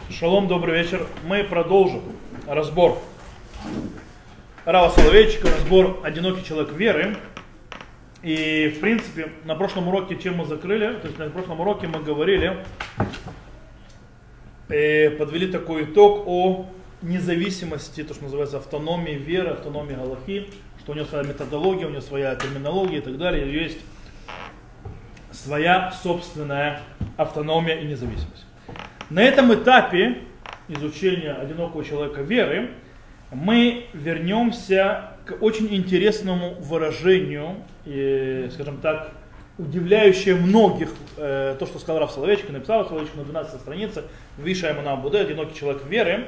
Шалом, добрый вечер. Мы продолжим разбор Рава Соловейчика, разбор «Одинокий человек веры». И, в принципе, на прошлом уроке, чем мы закрыли, то есть на прошлом уроке мы говорили, подвели такой итог о независимости, то, что называется автономии веры, автономии галахи, что у нее своя методология, у нее своя терминология и так далее, у нее есть своя собственная автономия и независимость. На этом этапе изучения одинокого человека веры мы вернемся к очень интересному выражению, скажем так, удивляющее многих, то, что сказал Рав Соловейчик, написал Соловейчик на 12 странице, Виша Эмуна Буде, одинокий человек веры.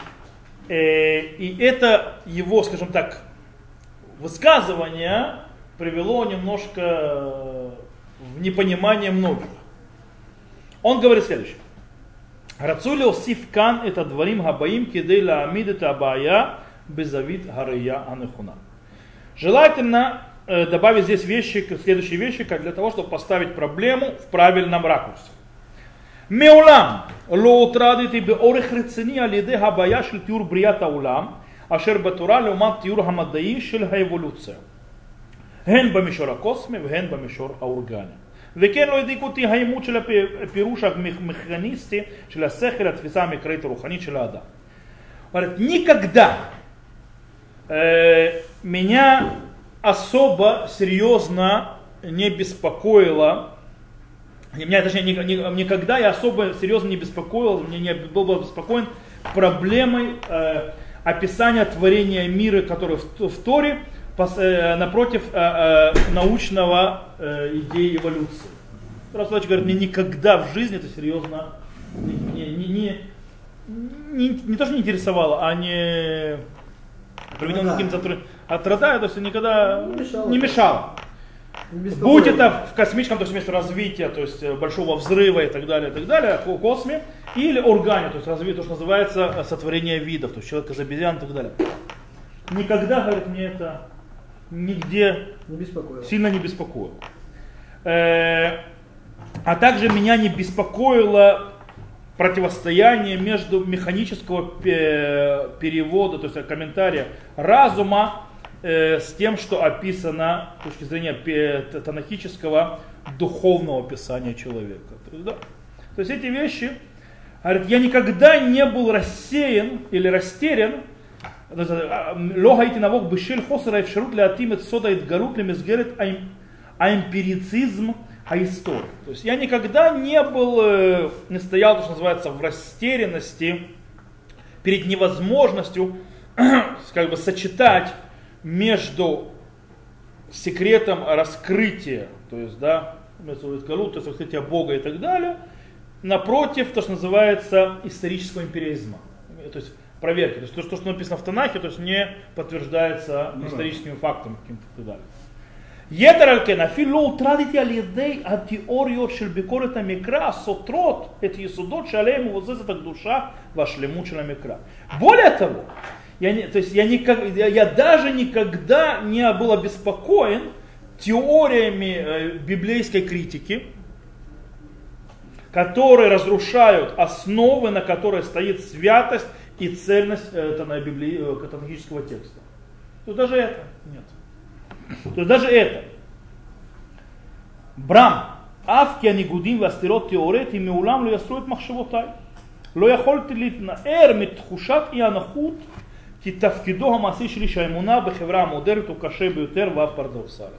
И это его, скажем так, высказывание привело немножко в непонимание многих. Он говорит следующее. Рацули осиф кан это дворим габаим кидей лаамид это абая безавид гария анехуна. Желательно добавить здесь следующие вещи, как для того, чтобы поставить проблему в правильном ракурсе. Меулам ло утрадити беорех рецини алиде габая шель тиур брият аулам, ашер батура леумат тиур хамадаи шель хаэволюция. Ген бамишор акосми, ген бамишор аургани. וכן לא הדאיג אותי האימות של הפירוש המכניסטי של השכל, התפיסה המקראית הרוחנית של האדם. Никогда меня особо серьезно не беспокоило, никогда я особо серьезно не беспокоил, не был обеспокоен проблемой описания творения мира, который в Торе, напротив научного идеи эволюции. Равславич говорит, мне никогда в жизни это серьезно не то, что не интересовало, а не приведено каким-то отрадая, то есть никогда не мешало. Будь это в космическом, то есть вместо развития, то есть большого взрыва и так далее, косме, или органе, то есть развитие, то, что называется сотворение видов, то есть человек из обезьян и так далее. Никогда, говорит, мне это нигде сильно не беспокоило. А также меня не беспокоило противостояние между механического перевода, то есть комментария разума с тем, что описано с точки зрения танахического духовного описания человека. То есть эти вещи, говорит, я никогда не был рассеян или растерян, לא הייתי נבוך בשל חוסר האפשרות להתאים את סוד ההתגלות למסגרת האמפיריציזм ההיסטורי. То есть я никогда не стоял, то, что называется, в растерянности перед невозможностью как бы сочетать между секретом раскрытия, то есть, да, раскрытия Бога и так далее, напротив, то, что называется, исторического эмпиризма. То есть проверки. То есть то, что написано в Танахе, то есть не подтверждается историческими фактами каким-то и так далее. יתר על כן, אפילו לא הוטרדתי על ידי התיאוריות של ביקורת המקרא הסותרות את היסודות שעליהם מבוססת הקדושה והשלמות של המקרא. Более того, я даже никогда не был обеспокоен теориями библейской критики, которые разрушают основы, на которой стоит святость и цельность катонического текста. То даже это нет. То даже это. Брам. אף כי הניגודים והסתירות תיאורטיים מעולם לא יסרו את מחשבותיי. לא יכולתי להתנער מתחושת אי הנוחות כי תפקידו המעשי שלי שהאמונה בחברה המודרנית הוא קשה ביותר ואף פרדוקסלי.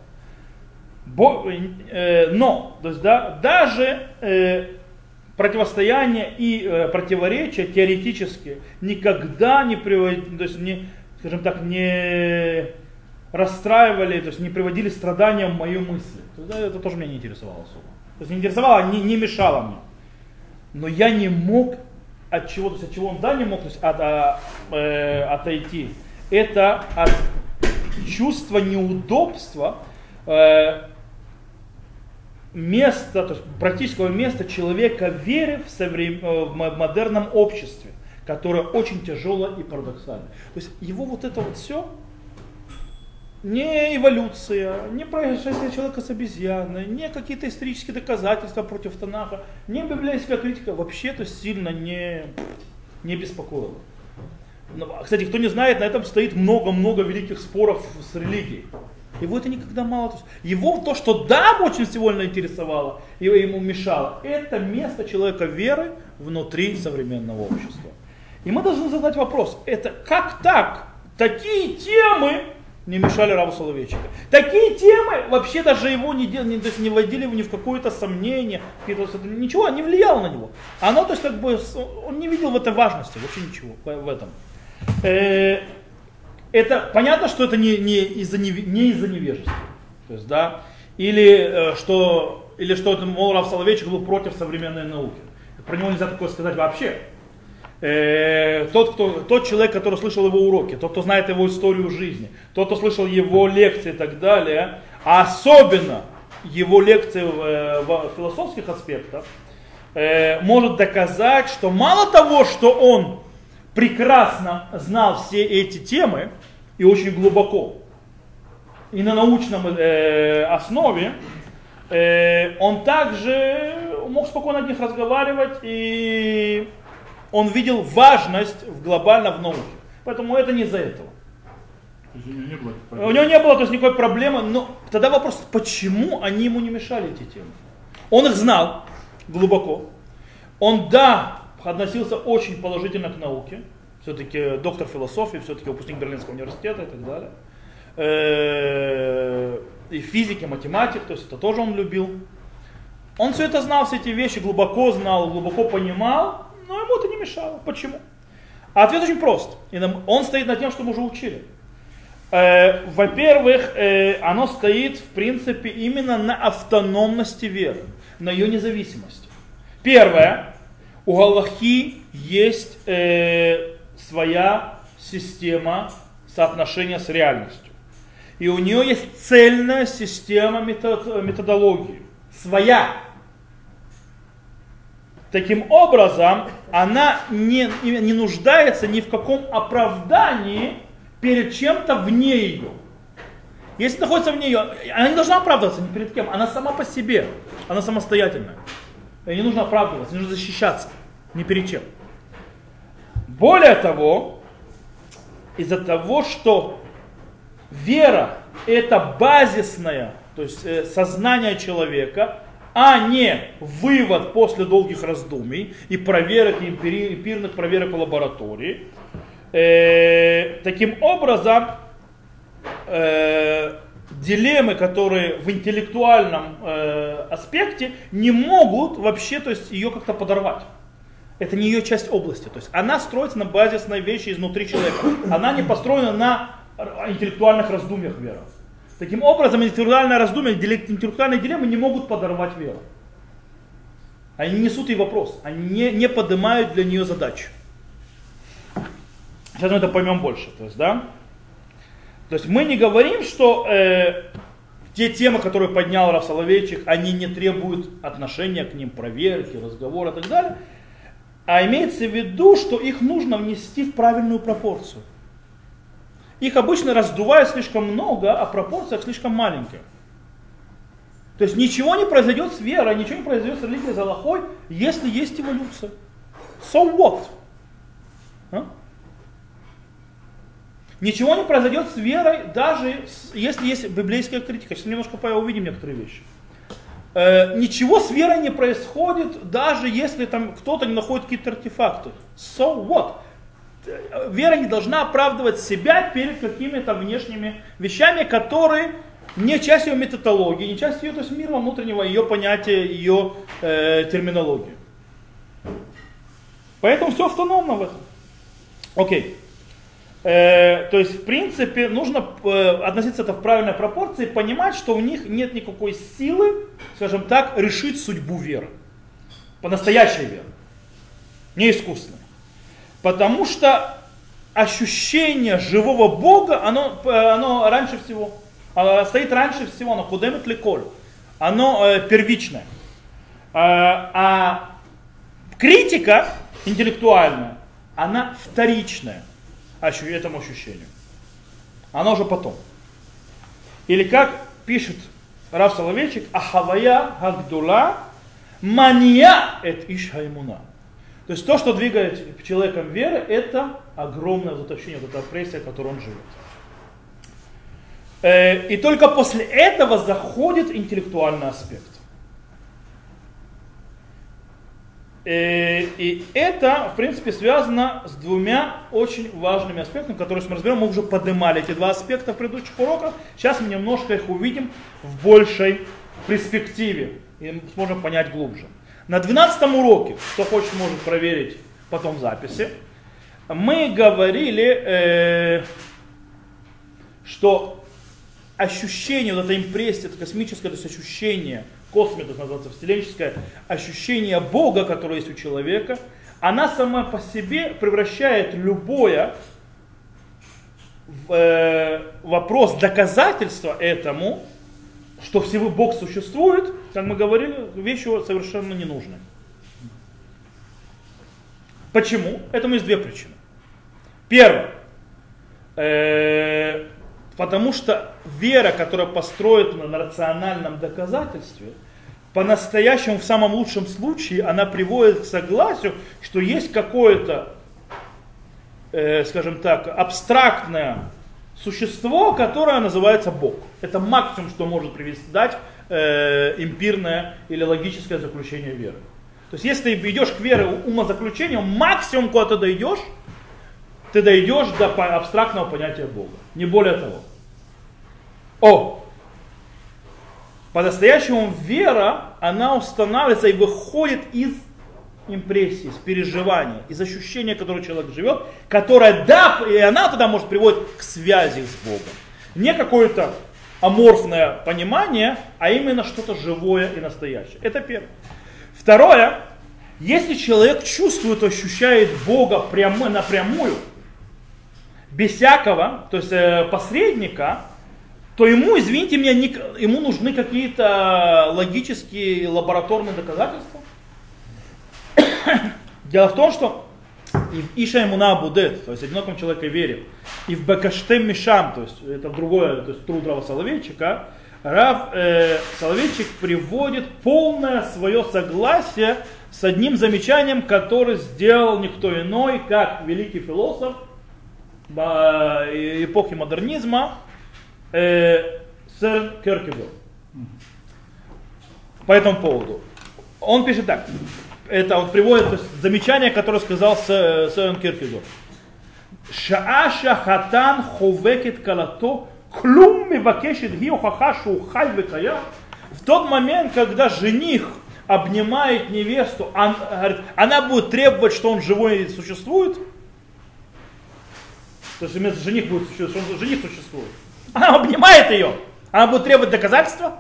Но, то есть, да, даже противостояние и противоречия теоретически никогда не приводили, то есть не, скажем так, не расстраивали, то есть не приводили страдания в мою мысль. Это тоже меня не интересовало особо. То есть не интересовало, не мешало мне. Но я не мог от чего, то есть от чего он не мог, то есть отойти. Это от чувства неудобства места, то есть практического места человека веры в модерном обществе, которое очень тяжелое и парадоксальное. То есть его вот это вот все, не эволюция, не происшествие человека с обезьяной, не какие-то исторические доказательства против Танаха, не библейская критика, вообще-то сильно не не беспокоило. Кстати, кто не знает, на этом стоит много-много великих споров с религией. Его это никогда мало. Его то, что дам очень сильно интересовало, и ему мешало, это место человека веры внутри современного общества. И мы должны задать вопрос, это как так? Такие темы не мешали Раву Соловейчику. Такие темы вообще даже его не вводили ни в какое-то сомнение, ничего не влияло на него. Оно, то есть, как бы, он не видел в этой важности, вообще ничего в этом. Это понятно, что это не из-за невежества. То есть, да, или что мол, Рав Соловейчик был против современной науки. Про него нельзя такое сказать вообще. Тот человек, который слышал его уроки, тот, кто знает его историю жизни, тот, кто слышал его лекции и так далее, а особенно его лекции в философских аспектах, может доказать, что мало того, что он прекрасно знал все эти темы, и очень глубоко, и на научном основе, он также мог спокойно от них разговаривать, и он видел важность глобально в науке. Поэтому это не из-за этого. У него не было, то есть, никакой проблемы, но тогда вопрос, почему они ему не мешали, эти темы? Он их знал глубоко. Он, да, относился очень положительно к науке. Все-таки доктор философии, все-таки выпускник Берлинского университета и так далее. И физик, и математик, то есть это тоже он любил. Он все это знал, все эти вещи глубоко знал, глубоко понимал, но ему это не мешало. Почему? А ответ очень прост. Он стоит над тем, что мы уже учили. Во-первых, оно стоит, в принципе, именно на автономности веры, на ее независимости. Первое, у галахи есть своя система соотношения с реальностью. И у нее есть цельная система методологии. Своя. Таким образом, она не нуждается ни в каком оправдании перед чем-то вне ее. Если находится вне ее, она не должна оправдываться ни перед кем. Она сама по себе. Она самостоятельная. Ей не нужно оправдываться, не нужно защищаться ни перед чем. Более того, из-за того, что вера это базисное, то есть сознание человека, а не вывод после долгих раздумий и проверок, и эмпирных проверок в лаборатории. Таким образом, дилеммы, которые в интеллектуальном аспекте не могут вообще, то есть, ее как-то подорвать. Это не ее часть области. То есть она строится на базисной вещи изнутри человека. Она не построена на интеллектуальных раздумьях веры. Таким образом, интеллектуальные раздумья, интеллектуальные дилеммы не могут подорвать веру. Они несут ей вопрос. Они не поднимают для нее задачу. Сейчас мы это поймем больше. То есть, да? То есть мы не говорим, что те темы, которые поднял Рав Соловейчик, они не требуют отношения к ним, проверки, разговора и так далее. А имеется в виду, что их нужно внести в правильную пропорцию. Их обычно раздувают слишком много, а пропорция слишком маленькая. То есть ничего не произойдет с верой, ничего не произойдет с религией, с галахой, если есть эволюция. So what? Ничего не произойдет с верой, даже если есть библейская критика. Сейчас немножко увидим некоторые вещи. Ничего с верой не происходит, даже если там кто-то не находит какие-то артефакты. So what? Вера не должна оправдывать себя перед какими-то внешними вещами, которые не часть ее методологии, не часть ее, то есть мира внутреннего, ее понятия, ее терминологии. Поэтому все автономно в этом. Окей. То есть, в принципе, нужно относиться это в правильной пропорции, понимать, что у них нет никакой силы, скажем так, решить судьбу веры. По-настоящей веры. Не искусственной. Потому что ощущение живого Бога, оно раньше всего, стоит раньше всего, оно кудемет леколь, оно первичное. А критика интеллектуальная, она вторичная этому ощущению. Оно уже потом. Или как пишет Рав Соловейчик, ахавая гагдула мания эт иш хаймуна. То есть то, что двигает человеком веры, это огромное вот ощущение, вот эта опрессия, в которой он живет. И только после этого заходит интеллектуальный аспект. И это, в принципе, связано с двумя очень важными аспектами, которые, если мы разберем, мы уже поднимали эти два аспекта в предыдущих уроках. Сейчас мы немножко их увидим в большей перспективе и сможем понять глубже. На 12-м уроке, кто хочет, может проверить потом в записи, мы говорили, что ощущение, вот эта импрессия, это космическое, то есть ощущение, космос, это называется вселенческое, ощущение Бога, которое есть у человека, она сама по себе превращает любое вопрос доказательства этому, что Всевышний Бог существует, как мы говорили, вещь совершенно ненужная. Почему? Этому есть две причины. Первое. Потому что вера, которая построена на рациональном доказательстве, по-настоящему, в самом лучшем случае, она приводит к согласию, что есть какое-то, скажем так, абстрактное существо, которое называется Бог. Это максимум, что может дать эмпирное или логическое заключение веры. То есть, если ты идешь к вере умозаключению, максимум, куда ты дойдешь до абстрактного понятия Бога. Не более того. По-настоящему вера, она устанавливается и выходит из импрессии, из переживания, из ощущения, которое человек живет, которое, да, и она тогда может приводить к связи с Богом. Не какое-то аморфное понимание, а именно что-то живое и настоящее. Это первое. Второе, если человек чувствует, ощущает Бога напрямую, без всякого, то есть посредника, то ему, извините меня, ему нужны какие-то логические лабораторные доказательства. Дело в том, что и в Иша Эмуна Будет, то есть одиноком человеке вере, и в Бекаштем Мишам, то есть это другое, то есть труд Рава Соловейчика, Соловейчик приводит полное свое согласие с одним замечанием, которое сделал никто иной, как великий философ эпохи модернизма Сёрен Кierkegaard. По этому поводу. Он пишет так. Это он приводит замечание, которое сказал Сёрен Кierkegaard. Шааша хатан ховекет калато клум мивакешет ги ухаха шу хай векая. В тот момент, когда жених обнимает невесту, она будет требовать, что он живой и существует. То есть вместо жених будет существовать, что жених существует. Она обнимает ее. Она будет требовать доказательства.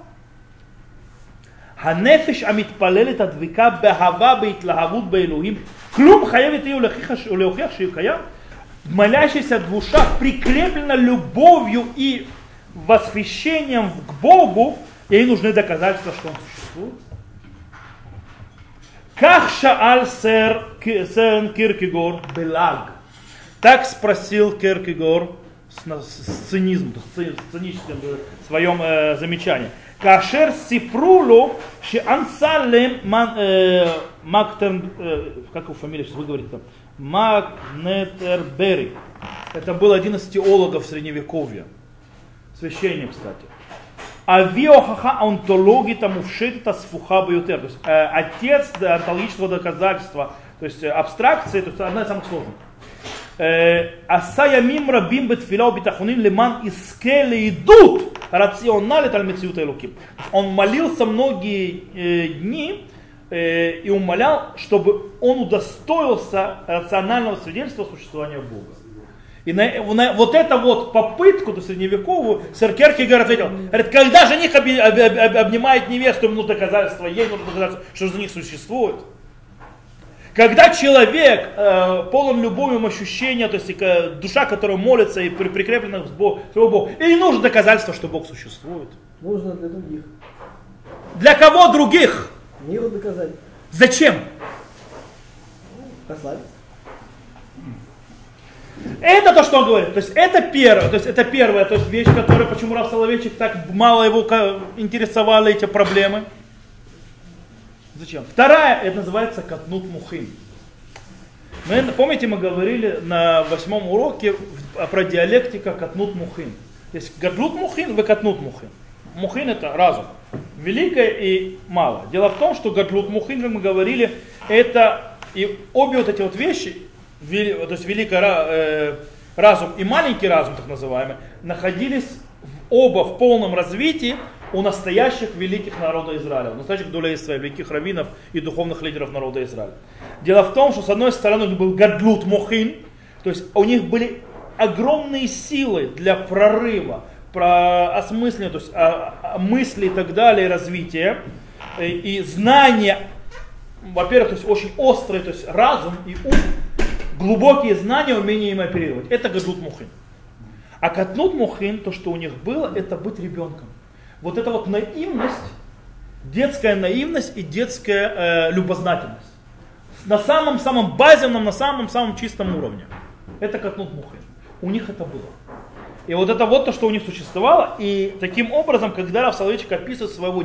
הנפש המתפללת הדבקה באהבה בהתלהבות באלוהים, כלום חייבת ее להוכיח שהיא קיים. Молящаяся душа прикреплена любовью и восхищением к Богу, ей нужны доказательства, что он существует. Как шааль Сёрен Кierkegaard белаг. Так спросил Кierkegaard с цинизмом, с циническим своем замечании. Кашер сипрулу шиансалем мактер, как его фамилия, сейчас вы говорите там, Макнетербери. Это был один из теологов Средневековья, священник, кстати. Авиохаха онтологии тому вшита сфуха бьютер. То есть отец онтологического доказательства, то есть абстракции, то есть одна из самых сложных. Асаямим рабим бетфила убитахунин лиман искеле идут рационалит аль-мециют элуким. Он молился многие дни и умолял, чтобы он удостоился рационального свидетельства существования Бога. И на вот эту вот попытку до средневековую Сёрен Кierkegaard ответил, говорит, когда жених обнимает невесту, ему нужно доказательство, ей нужно доказательство, что жених существует. Когда человек полон любовью ощущения, то есть душа, которая молится и прикреплена к Богу, и не нужно доказательства, что Бог существует. Нужно для других. Для кого других? Миру доказать. Зачем? Прославиться. Это то, что он говорит. То есть это первое, то есть вещь, которая, почему Рав Соловейчик так мало его интересовали эти проблемы. Зачем? Вторая, это называется катнут мухим. Помните, мы говорили на 8 уроке про диалектика катнут мухин. Есть гадлут мухин, векатнут мухин. Мухин это разум. Великое и мало. Дело в том, что гадлут мухин, как мы говорили, это и обе вот эти вот вещи, то есть великий разум и маленький разум, так называемый, находились оба в полном развитии у настоящих великих народа Израиля, у настоящих дулей Израиля, великих раввинов и духовных лидеров народа Израиля. Дело в том, что с одной стороны был гадлут мухин, то есть у них были огромные силы для прорыва, про осмысления, то есть мысли и так далее, развития, и знания, во-первых, то есть очень острые, то есть разум и ум, глубокие знания, умение им оперировать. Это гадлут мухин. А катнут мухин, то, что у них было, это быть ребенком. Вот это вот наивность, детская наивность и детская любознательность. На самом-самом базовом, на самом-самом чистом уровне. Это катнут мухин. У них это было. И вот это вот то, что у них существовало. И таким образом, когда Рав Соловейчик описывает своего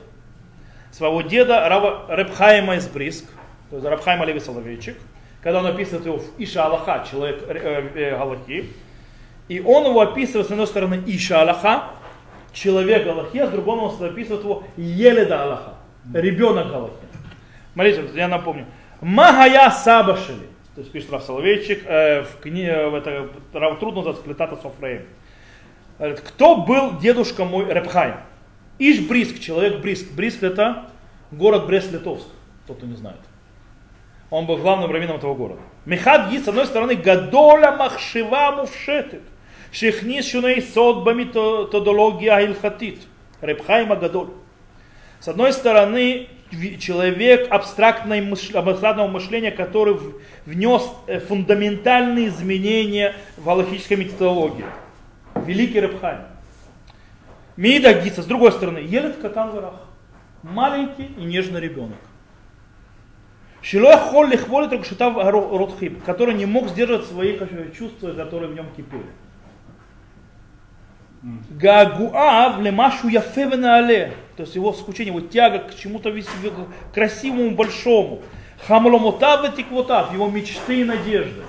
деда Реб Хаима из Бриск, то есть Реб Хаим Леви Соловейчик, когда он описывает его в Иша Аллаха, человек Галахи, и он его описывает с одной стороны Иша Аллаха, человек Галахи, а с другой он описывает его Еледа Аллаха, ребенок Галахи. Смотрите, я напомню. Магая Сабашели. То есть пишет Рав Соловейчик в книге, трудно назвать Клетата Софреем. Кто был дедушка мой Реб Хаим? Иш Бриск, человек Бриск. Бриск это город Брест-Литовск, тот, кто не знает. Он был главным раввином этого города. Мехад Ги, с одной стороны, Гадоля Махшива Мувшетет, Шехнис Шуней Сод Бамитодология Ильхатит. Реб Хаим Гадоль. С одной стороны, человек абстрактного мышления, который внес фундаментальные изменения в галахической методологии. Великий Реб Хаим. Миида Гица, с другой стороны, Елет Катан Варах. Маленький и нежный ребенок. Шилой Холли Хволит Рокшитав Ротхиб, который не мог сдерживать свои чувства, которые в нем кипели. Гаагуав лемашу яфевена але, то есть его скучение, его тяга к чему-то красивому, большому. Хамломотав и тиквотав, его мечты и надежды.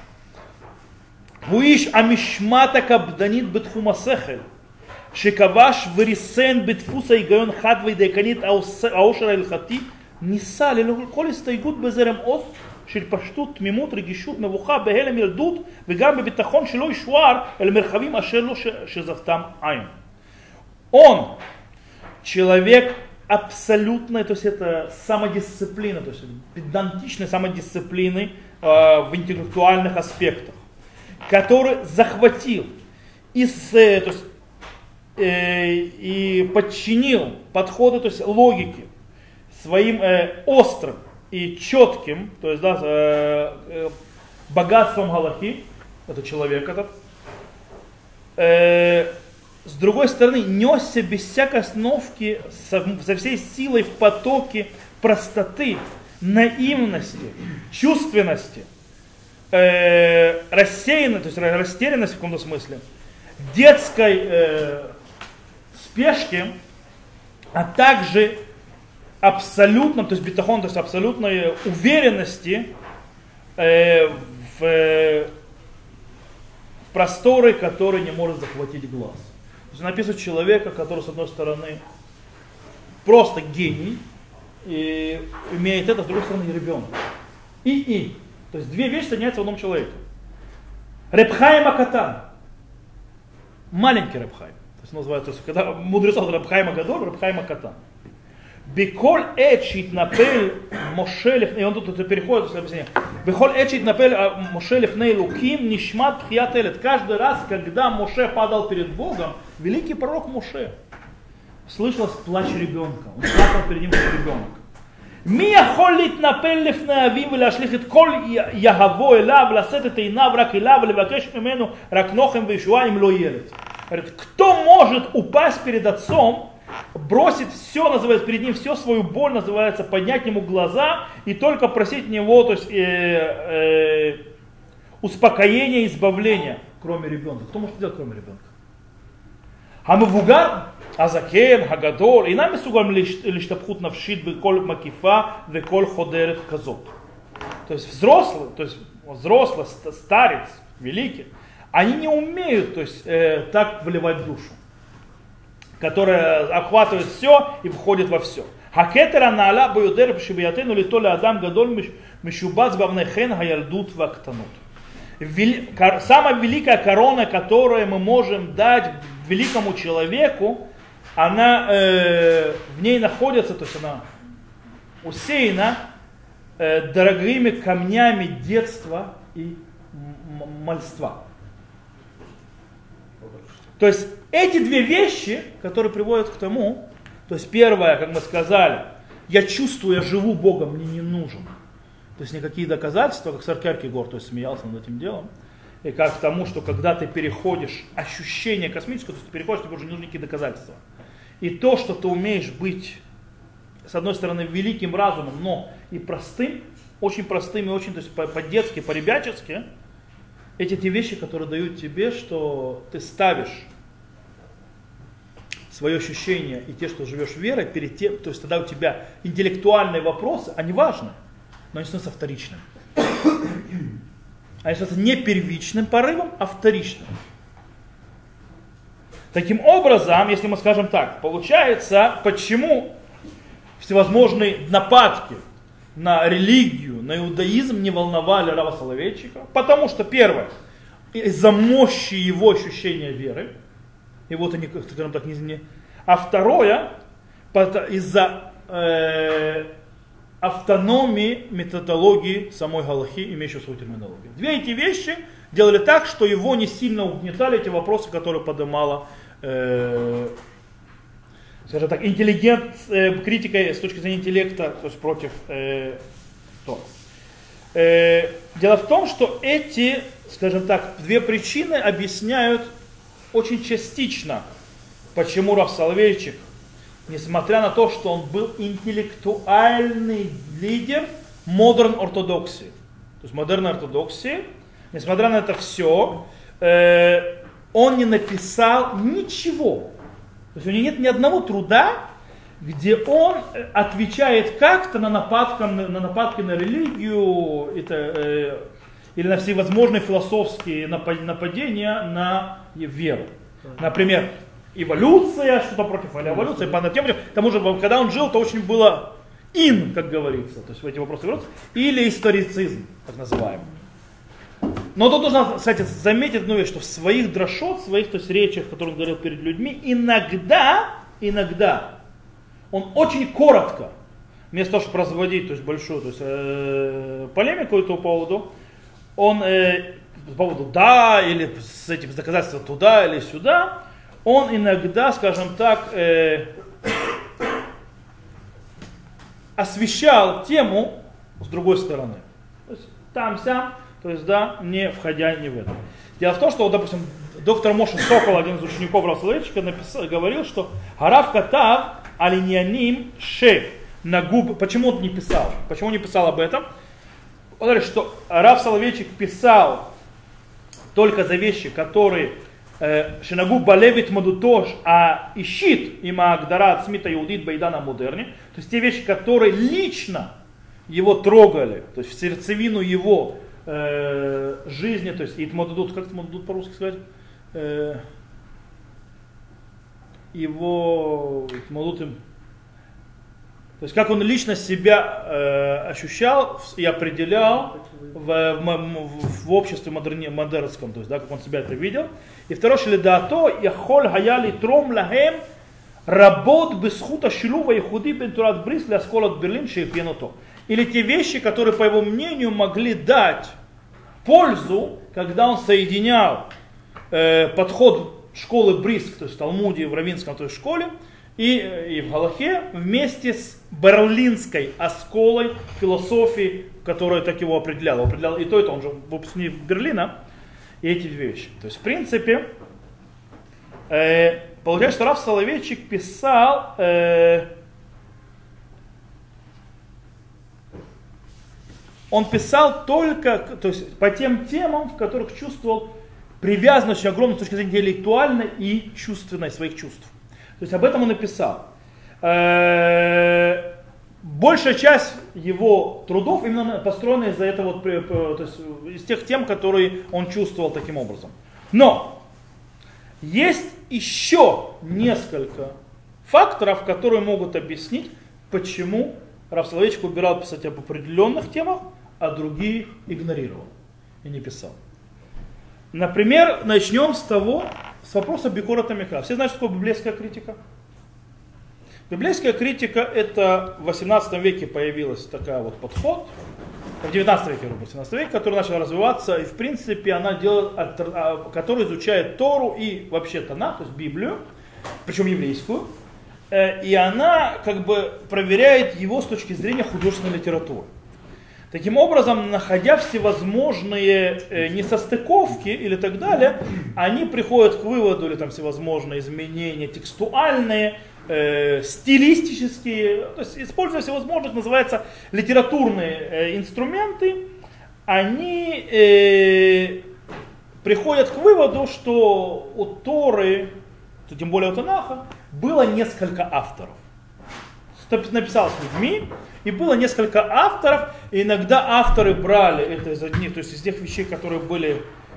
Гуиш амишмата кабданит бетхумасехель, шекаваш вирисен бетфуса и гайон хадвей деканит аушера илхати, ниса лелокол истайгут безерем ос, של פשטות, תמימות, רגישות, מבוכה, בהלם ילדות וגם בביטחון שלא ישוער אל מרחבים אשר לא שזפתם עין. Он человек абсолютной, то есть это самодисциплина, то есть педантичной самодисциплины в интеллектуальных аспектах, который захватил и подчинил подходы, то есть логики своим острым и четким, то есть богатством галахи, это человек этот, с другой стороны, несся без всякой остановки со всей силой в потоке простоты, наивности, чувственности, рассеянности, то есть растерянности в каком-то смысле, детской спешки, а также абсолютном, то есть бетахон, то есть абсолютной уверенности в просторы, которые не может захватить глаз. То есть написано человека, который с одной стороны просто гений, и имеет это, с другой стороны ребенок. И. То есть две вещи соединяются в одном человеке. Реб Хаим Акатан. Маленький Реб Хаим. То есть называется, то есть, когда мудрецов Реб Хаим Агадоль, Реб Хаим Акатан. Беколь эчит напель Мошелев, и он тут переходит в объяснение. Беколь эчит напель Мошелев нейлуким нишмат пхиятелет. Каждый раз, когда Моше падал перед Богом, великий пророк Моше, слышалось плач ребенка. Он плакал перед ним как ребенок. Ми яхолит напель лифнаавим вляшлихит коль ягаво элав ласет это инав рак элав левакеш мимену рак нохем вишуаим ло елет. Кто может упасть перед отцом, бросить все, называется, перед ним все свою боль, называется, поднять ему глаза и только просить него, то есть успокоения, избавления, кроме ребенка. Кто может сделать, кроме ребенка? Хамавугар, азакен, хагадор, и нами сугам лиштапхут навшит беколь макифа, веколь ходерет казот. То то есть взрослый, старец, великий, они не умеют, то есть, так вливать душу, которая охватывает все и входит во все. Хакетера наала баюдер пшибиятену литоля адам гадоль мишубац бавнехен хаялдут вактанут. Самая великая корона, которую мы можем дать великому человеку, она в ней находится, то есть она усеяна дорогими камнями детства и мальства. То есть эти две вещи, которые приводят к тому, то есть первое, как мы сказали, я чувствую, я живу Богом, мне не нужен. То есть никакие доказательства, как Кierkegaard, то есть смеялся над этим делом. И как к тому, что когда ты переходишь ощущение космическое, то есть ты переходишь, тебе уже не нужны никакие доказательства. И то, что ты умеешь быть, с одной стороны, великим разумом, но и простым, очень простым и очень, то есть по-детски, по-ребячески, эти те вещи, которые дают тебе, что ты ставишь свое ощущение и те, что живешь верой, перед тем, то есть тогда у тебя интеллектуальные вопросы, они важны, но они становятся вторичными. Они становятся не первичным порывом, а вторичным. Таким образом, если мы скажем так, получается, почему всевозможные нападки на религию, на иудаизм не волновали Рава Соловейчика? Потому что, первое, из-за мощи его ощущения веры, и вот они, скажем так, не... А второе, из-за автономии методологии самой галахи, имеющей свою терминологию. Две эти вещи делали так, что его не сильно угнетали эти вопросы, которые поднимала, скажем так, критика с точки зрения интеллекта, то есть против Торы. Дело в том, что эти, скажем так, две причины объясняют очень частично, почему Рав Соловейчик, несмотря на то, что он был интеллектуальный лидер модерн ортодоксии, то есть модерной ортодоксии, несмотря на это все, он не написал ничего. То есть у него нет ни одного труда, где он отвечает как-то на нападки на религию или на всевозможные философские нападения на веру. Например, эволюция, что-то против эволюции, по тем же, к тому же, когда он жил, то очень было как говорится, то есть в эти вопросы эволюции, или историцизм, так называемый. Но тут нужно, кстати, заметить одну вещь, что в своих дрошот, в своих, то есть, речах, которые он говорил перед людьми, иногда он очень коротко, вместо того, чтобы разводить, то есть, большую, то есть, полемику по этому поводу, он по поводу да, или с этим доказательством туда или сюда, он иногда, скажем так, освещал тему с другой стороны. То есть там-сям, то есть да, не входя ни в это. Дело в том, что, допустим, доктор Моше Сокол, один из учеников Рава Соловейчика, говорил, что Гарав Катав алиньяним ше нагуб. Почему он не писал? Почему не писал об этом? Он говорит, что Рав Соловейчик писал только за вещи, которые Шинагу балевит мадутош, а ищит има агдарат смита иудит байдана модерни. То есть те вещи, которые лично его трогали, то есть в сердцевину его жизни, то есть итмадудут, как итмадудут по-русски сказать? Его итмадудут, то есть как он лично себя ощущал и определял в обществе модернском, то есть да, как он себя это видел. И второе, шеледато яхоль хаяли тром лахем работ бесхута шилува ихуди бен турат брис для сколот Берлин шейфьеното. Или те вещи, которые, по его мнению, могли дать пользу, когда он соединял подход школы Бриск, то есть в Талмуде, в Равинском, то есть школе, и в Галахе, вместе с берлинской осколой философии, которая так его определяла. И то, он же выпускник Берлина, и эти вещи. То есть, в принципе, получается, что Рав Соловейчик писал он писал только, то есть, по тем темам, в которых чувствовал привязанность очень огромную с точки зрения интеллектуальной и чувственной своих чувств. То есть об этом он написал. большая часть его трудов именно построена из-за этого, то есть из тех тем, которые он чувствовал таким образом. Но есть еще несколько факторов, которые могут объяснить, почему Рав Соловейчик убирал писать об определенных темах, а другие игнорировал и не писал. Например, начнем с вопроса Бикорат Амикра. Все знают, что такое библейская критика? Библейская критика, это в 18 веке появилась такая вот подход, в 19 веке, в 17 веке, который начал развиваться, и в принципе она делает, который изучает Тору и вообще Танах, то есть Библию, причем еврейскую, и она как бы проверяет его с точки зрения художественной литературы. Таким образом, находя всевозможные несостыковки или так далее, они приходят к выводу, или там всевозможные изменения текстуальные, стилистические, то есть используя всевозможных, называется, литературные инструменты, они приходят к выводу, что у Торы, тем более у Танаха, было несколько авторов. Написалось людьми, и было несколько авторов, и иногда авторы брали это из одних, то есть из тех вещей, которые были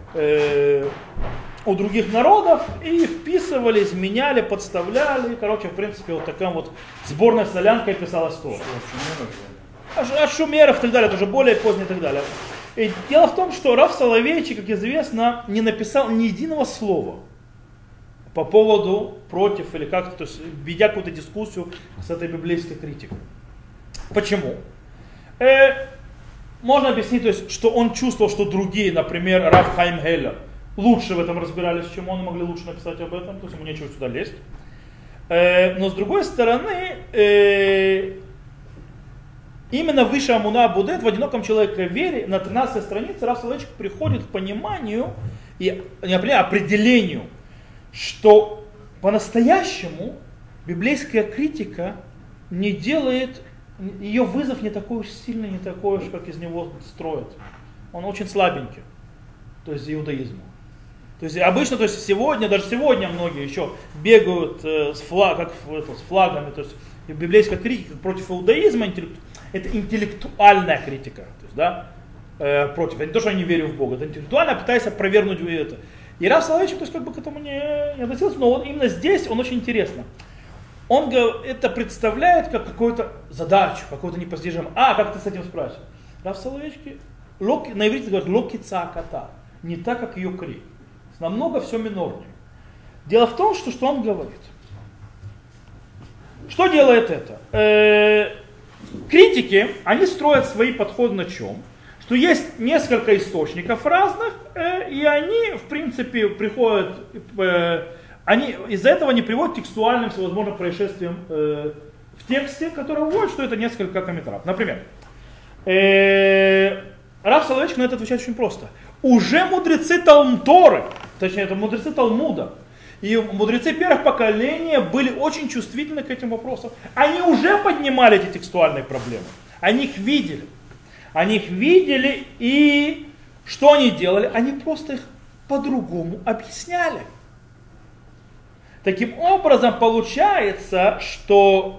у других народов, и вписывали, изменяли, подставляли. Короче, в принципе, вот такая вот сборная солянка писалась Тора. От шумеров и так далее, это уже более позднее и так далее. И дело в том, что Рав Соловейчик, как известно, не написал ни единого слова по поводу, против или как-то, то есть ведя какую-то дискуссию с этой библейской критикой. Почему? Можно объяснить, то есть, что он чувствовал, что другие, например, Рав Хаим Геллер, лучше в этом разбирались, чем он, и могли лучше написать об этом, то есть ему нечего сюда лезть. Но с другой стороны, именно выше Амуна Будет в одиноком человеке вере на 13 странице Рав Соловейчик приходит к пониманию и определению, что по-настоящему библейская критика не делает, ее вызов не такой уж сильный, не такой уж, как из него строят. Он очень слабенький, то есть иудаизму. То есть обычно, то есть сегодня, даже сегодня многие еще бегают с флагами, то есть библейская критика против иудаизма, это интеллектуальная критика, то есть, да, против, это не то, что я не верю в Бога, это интеллектуально, пытаясь опровергнуть это. И Рав Соловейчик, то есть, как бы к этому не относился, но именно здесь он очень интересно. Он это представляет как какую-то задачу, какую-то непостижимую. Как ты с этим справишься? Рав Соловейчик, на иврите говорят локи цааката, не так, как ее крик. Намного все минорнее. Дело в том, что он говорит. Что делает это? Критики, они строят свои подходы на чем? Что есть несколько источников разных, и они, в принципе, приходят, из-за этого не приводят к текстуальным всевозможным происшествиям в тексте, который вводит, что это несколько комментариев. Например, Рав Соловейчик на это отвечает очень просто. Уже мудрецы Торы, точнее, это мудрецы Талмуда, и мудрецы первых поколений были очень чувствительны к этим вопросам. Они уже поднимали эти текстуальные проблемы, они их видели. Они их видели, и что они делали? Они просто их по-другому объясняли. Таким образом, получается, что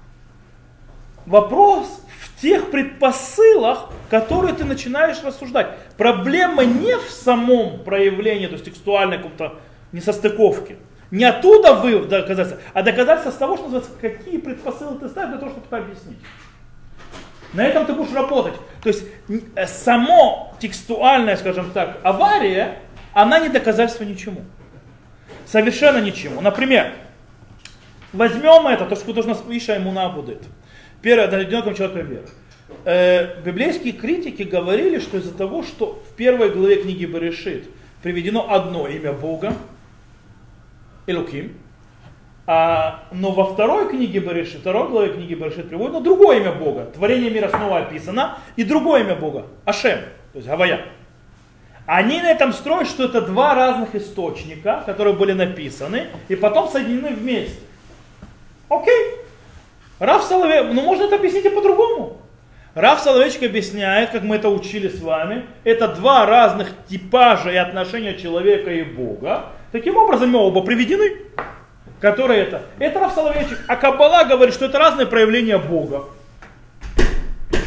вопрос в тех предпосылах, которые ты начинаешь рассуждать. Проблема не в самом проявлении, то есть текстуальной какой-то несостыковки. Не оттуда вывод доказательства, а доказательство с того, что называется, какие предпосылки ты ставишь для того, чтобы это объяснить. На этом ты будешь работать. То есть само текстуальная, скажем так, авария, она не доказательство ничему. Совершенно ничему. Например, возьмем это, то, что должно Иша Амуна Будет. Первое, это одиноком человека веры. Библейские критики говорили, что из-за того, что в первой главе книги Берешит приведено одно имя Бога, Элоким, но во второй книге Берешит, второй главе книги Берешит приводится другое имя Бога. Творение мира снова описано, и другое имя Бога, Ашем, то есть Гавая. Они на этом строят, что это два разных источника, которые были написаны, и потом соединены вместе. Окей. Рав Соловейчик, можно это объяснить и по-другому. Рав Соловейчик объясняет, как мы это учили с вами, это два разных типажа и отношения человека и Бога. Таким образом, оба приведены. Которые это? Это Рав Соловейчик. А Каббала говорит, что это разные проявления Бога.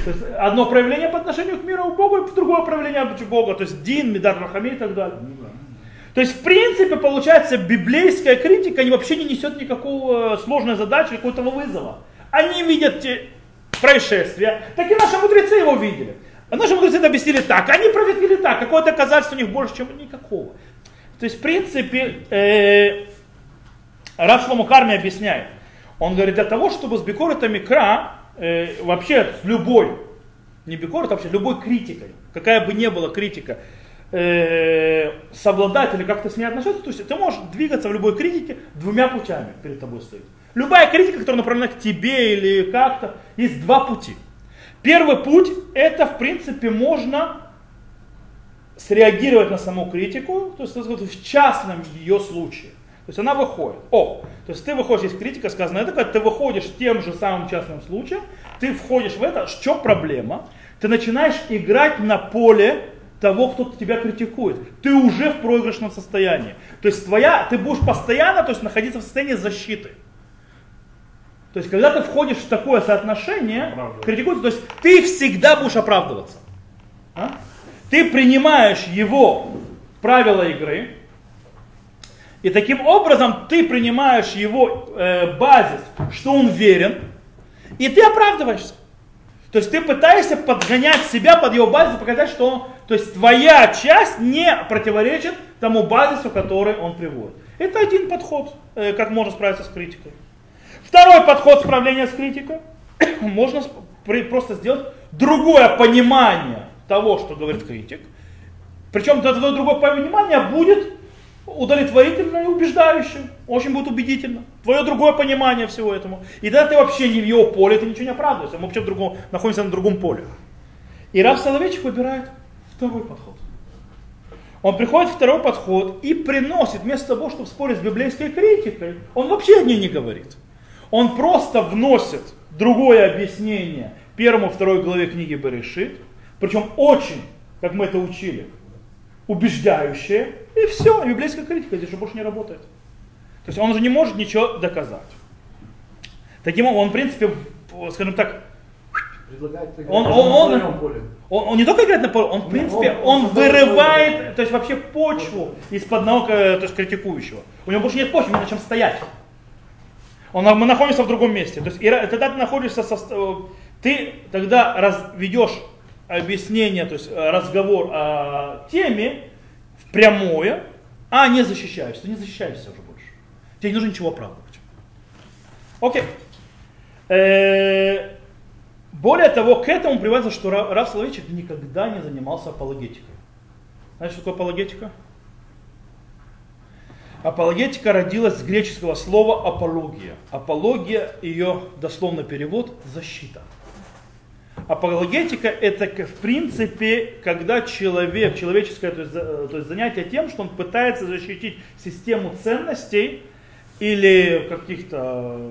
То есть одно проявление по отношению к миру, к Богу, и другое проявление к Богу. То есть Дин, Медат, Рахами и так далее. То есть, в принципе, получается, библейская критика вообще не несет никакого сложной задачи, какого-то вызова. Они видят те происшествия, так и наши мудрецы его видели. А наши мудрецы это объяснили так, они проветвили так, какое доказательство у них больше, чем никакого. То есть, в принципе, Рав Шломо Карми объясняет. Он говорит, для того, чтобы с бикорет микра, вообще с любой, не бикорет, а вообще любой критикой, какая бы ни была критика, совладать или как-то с ней относиться, то есть ты можешь двигаться в любой критике двумя путями перед тобой стоит. Любая критика, которая направлена к тебе или как-то, есть два пути. Первый путь, это в принципе можно среагировать на саму критику, то есть в частном ее случае. То есть она выходит. То есть ты выходишь, есть критика, сказано, это когда ты выходишь тем же самым частным случаем, ты входишь в это, в чем проблема? Ты начинаешь играть на поле того, кто тебя критикует. Ты уже в проигрышном состоянии. То есть ты будешь постоянно, то есть, находиться в состоянии защиты. То есть, когда ты входишь в такое соотношение, критикуется, то есть ты всегда будешь оправдываться. Ты принимаешь его правила игры, и таким образом ты принимаешь его базис, что он верен, и ты оправдываешься. То есть ты пытаешься подгонять себя под его базис, показать, что он, то есть твоя часть не противоречит тому базису, который он приводит. Это один подход, как можно справиться с критикой. Второй подход справления с критикой, можно просто сделать другое понимание того, что говорит критик. Причем это другое понимание будет удовлетворительно и убеждающе, очень будет убедительно. Твое другое понимание всего этому. И тогда ты вообще не в его поле, ты ничего не оправдываешься, мы вообще находимся на другом поле. И Рав Соловейчик выбирает второй подход. Он приходит в второй подход и приносит, вместо того, чтобы спорить с библейской критикой, он вообще о ней не говорит. Он просто вносит другое объяснение первому и второй главе книги Берешит, причем очень, как мы это учили, убеждающее, и все, и библейская критика здесь уже больше не работает. То есть он уже не может ничего доказать. Таким образом, он, в принципе, скажем так, он не только играет на поле, он, в принципе, он вырывает, то есть вообще почву из-под ног, то есть критикующего. У него больше нет почвы, не на чем стоять. Мы находимся в другом месте. То есть, и тогда ты находишься, ты тогда ведешь объяснение, то есть разговор о теме в прямое, а не защищаешься. Ты не защищаешься уже больше. Тебе не нужно ничего оправдывать. Окей. Более того, к этому приводится, что Рав Соловейчик никогда не занимался апологетикой. Знаете, что такое апологетика? Апологетика родилась с греческого слова апология. Апология, ее дословный перевод, защита. Апологетика это в принципе, когда человеческое, то есть занятие тем, что он пытается защитить систему ценностей или каких-то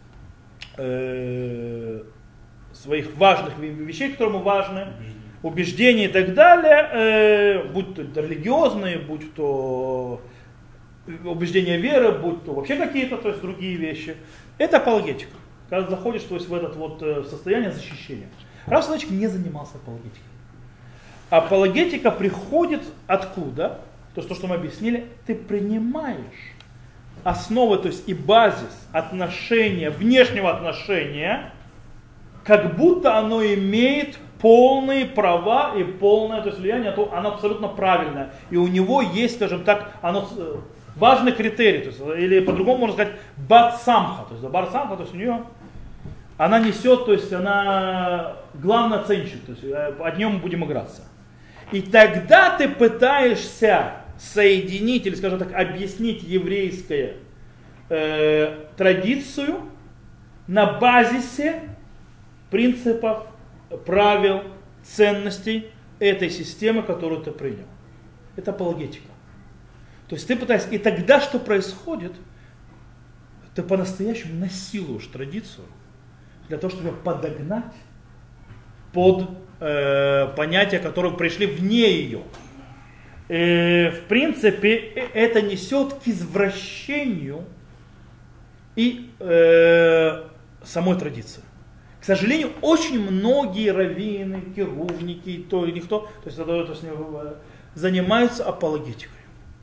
своих важных вещей, которые ему важны, убеждений и так далее, будь то религиозные, будь то убеждения веры, будь то вообще какие-то, то есть другие вещи. Это апологетика. Когда заходишь, то есть в это вот состояние защищения. Рав Соловейчик не занимался апологетикой. Апологетика приходит откуда? То есть то, что мы объяснили, ты принимаешь основы, то есть и базис отношения, внешнего отношения, как будто оно имеет полные права и полное, то есть влияние, оно абсолютно правильное. И у него есть, скажем так, важный критерий, то есть, или по-другому можно сказать, бат самха, то есть бар самха, то есть у нее она несет, то есть она главный оценщик, то есть от нее мы будем играться. И тогда ты пытаешься соединить, или скажем так, объяснить еврейскую традицию на базисе принципов, правил, ценностей этой системы, которую ты принял. Это апологетика. То есть ты пытаешься, и тогда что происходит? Ты по-настоящему насилуешь традицию для того, чтобы подогнать под понятия, которые пришли вне ее. В принципе, это несет к извращению и самой традиции. К сожалению, очень многие раввины, керувники, то и никто, то есть занимаются апологетикой.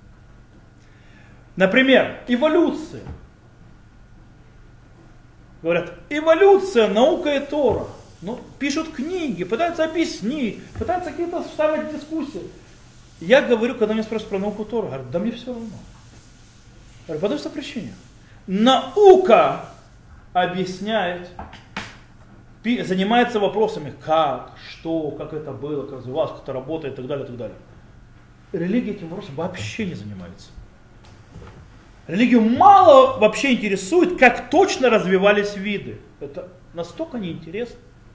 Например, эволюция. Говорят, эволюция, наука и Тора. Ну, пишут книги, пытаются объяснить, пытаются какие-то вставить дискуссии. Я говорю, когда меня спрашивают про науку Тора, говорю, да мне все равно. Говорю, по той же причине. Наука объясняет, занимается вопросами, как, что, как это было, как развивалось, как это работает и так далее, и так далее. Религия этим вопросом вообще не занимается. Религию мало вообще интересует, как точно развивались виды. Это настолько неинтересно.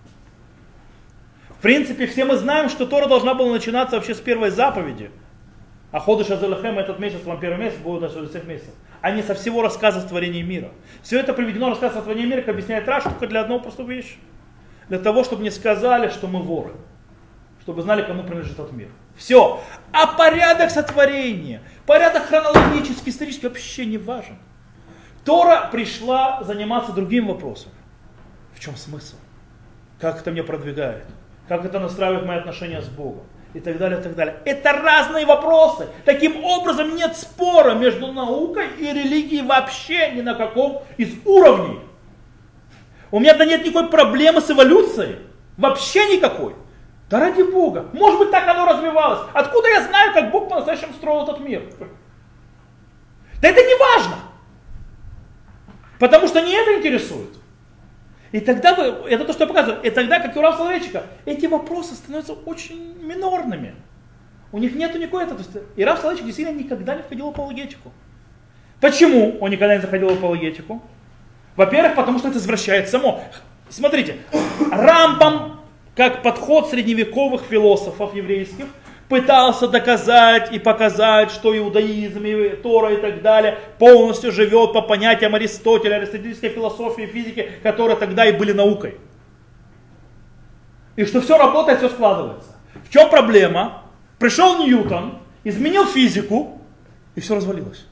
В принципе, все мы знаем, что Тора должна была начинаться вообще с первой заповеди. А ходыш азелахем, этот месяц, вам первый месяц, будет начаться всех месяцев. А не со всего рассказа творения мира. Все это приведено рассказ о творении мира, как объясняет Раш, только для одного простого вещи. Для того, чтобы не сказали, что мы воры. Чтобы знали, кому принадлежит этот мир. Все. А порядок сотворения, порядок хронологический, исторический вообще не важен. Тора пришла заниматься другим вопросом. В чем смысл? Как это меня продвигает? Как это настраивает мои отношения с Богом? И так далее, и так далее. Это разные вопросы. Таким образом, нет спора между наукой и религией вообще ни на каком из уровней. У меня нет никакой проблемы с эволюцией. Вообще никакой. Да ради Бога. Может быть, так оно развивалось. Откуда я знаю, как Бог по-настоящему строил этот мир? Да это не важно. Потому что не это интересует. И тогда, это то, что я показываю, и тогда, как и у Рава Соловейчика, эти вопросы становятся очень минорными. У них нет никакой этого. И Рав Соловейчик действительно никогда не входил в апологетику. Почему он никогда не заходил в апологетику? Во-первых, потому что это извращает само. Смотрите, Рамбам, как подход средневековых философов еврейских, пытался доказать и показать, что иудаизм, и Тора и так далее полностью живет по понятиям Аристотеля, аристотельской философии и физики, которые тогда и были наукой. И что все работает, все складывается. В чем проблема? Пришел Ньютон, изменил физику, и все развалилось.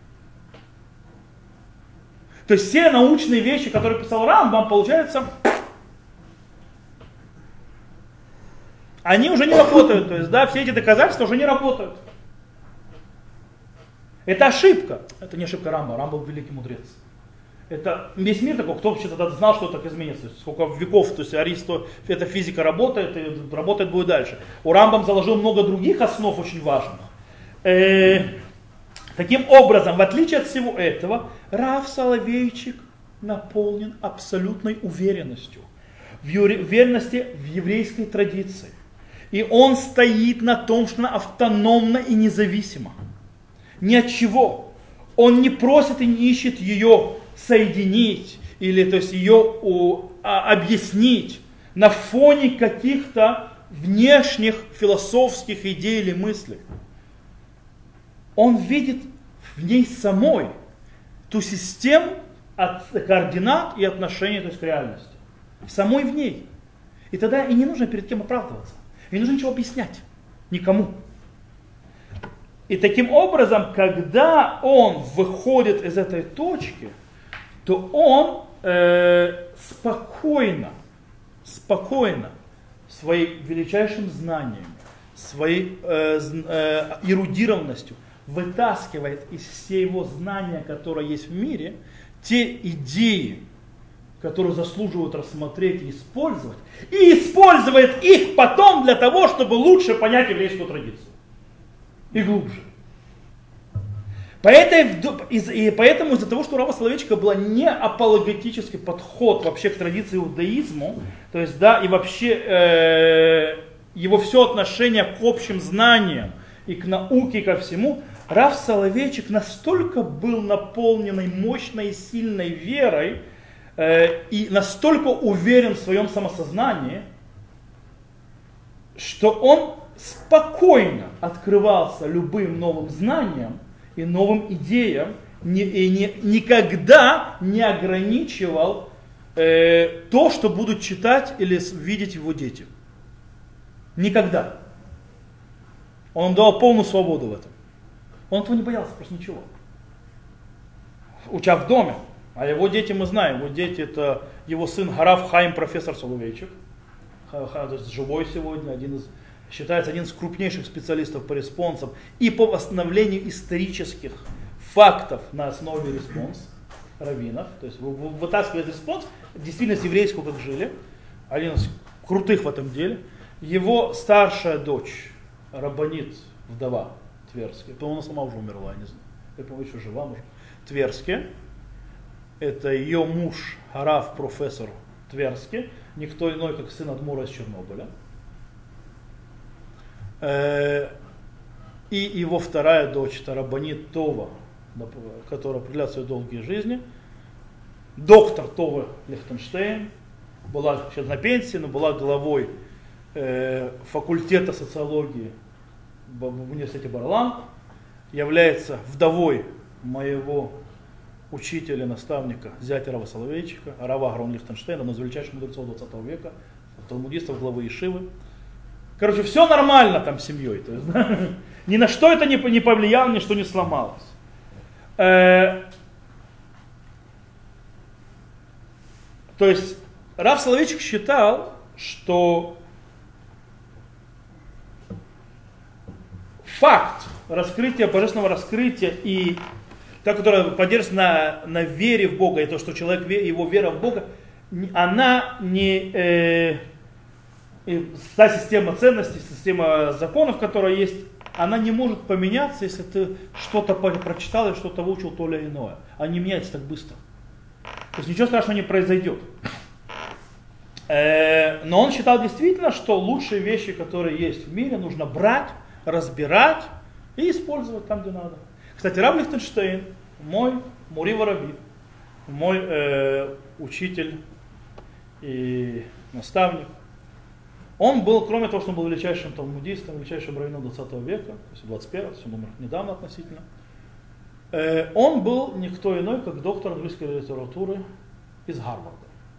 То есть все научные вещи, которые писал Рамбам, получается, они уже не работают. То есть, да, все эти доказательства уже не работают. Это ошибка. Это не ошибка Рамбама. Рамбам был великий мудрец. Это весь мир такой, кто вообще тогда знал, что так изменится. Сколько веков, то есть Аристо, эта физика работает, и работать будет дальше. У Рамбам заложил много других основ очень важных. Таким образом, в отличие от всего этого, Рав Соловейчик наполнен абсолютной уверенностью. Уверенности в еврейской традиции. И он стоит на том, что она автономна и независима. Ни от чего. Он не просит и не ищет ее соединить, или то есть ее объяснить на фоне каких-то внешних философских идей или мыслей. Он видит в ней самой ту систему от координат и отношений, то есть к реальности. Самой в ней. И тогда и не нужно перед кем оправдываться. И не нужно ничего объяснять. Никому. И таким образом, когда он выходит из этой точки, то он спокойно, своим величайшим знанием, своей эрудированностью вытаскивает из всего знания, которое есть в мире, те идеи, которые заслуживают рассмотреть и использовать, и использует их потом для того, чтобы лучше понять еврейскую традицию. И глубже. Поэтому из-за того, что у Рава Соловейчика был не апологетический подход вообще к традиции иудаизму, то есть, да, и вообще его все отношение к общим знаниям и к науке, и ко всему, Рав Соловейчик настолько был наполненной мощной и сильной верой, и настолько уверен в своем самосознании, что он спокойно открывался любым новым знаниям и новым идеям, и никогда не ограничивал то, что будут читать или видеть его дети. Никогда. Он дал полную свободу в этом. Он этого не боялся, просто ничего. Уча в доме. А его дети мы знаем. Его дети это его сын Раф Хаим профессор Соловейчик. То есть живой сегодня, считается один из крупнейших специалистов по респонсам и по восстановлению исторических фактов на основе респонс раввинов. То есть вытаскивает респонс, действительно еврейскую как жили. Один из крутых в этом деле. Его старшая дочь, рабанит, вдова Тверская, по-моему, она сама уже умерла, я не знаю. Я помню, еще жива, может. Тверская. Это ее муж, Раф, профессор Тверский, никто иной, как сын Адмура из Чернобыля. И его вторая дочь, это рабанит Това, которая определяет свои долгие жизни. Доктор Това Лихтенштейн, была сейчас на пенсии, но была главой факультета социологии в университете Барлан, является вдовой моего учителя, наставника, зятя Рава Соловейчика, Рава Агрон Лихтенштейна, одного из величайших мудрецов 20 века, талмудистов, главы Ешивы. Короче, все нормально там с семьей. То есть, да, ни на что это не повлияло, ничто не сломалось. То есть Рав Соловейчик считал, что факт раскрытия, божественного раскрытия и та, которая поддерживается на вере в Бога, и то, что человек, его вера в Бога, она не та система ценностей, система законов, которая есть, она не может поменяться, если ты что-то прочитал и что-то выучил то или иное. Она не меняется так быстро. То есть ничего страшного не произойдет. Но он считал действительно, что лучшие вещи, которые есть в мире, нужно брать, разбирать и использовать там, где надо. Кстати, Рав Лихтенштейн, мой Мури Вараби, мой учитель и наставник, он был, кроме того, что он был величайшим талмудистом, величайшим раввином 20 века, то есть 21, он умер недавно относительно, он был никто иной, как доктор английской литературы из Гарварда.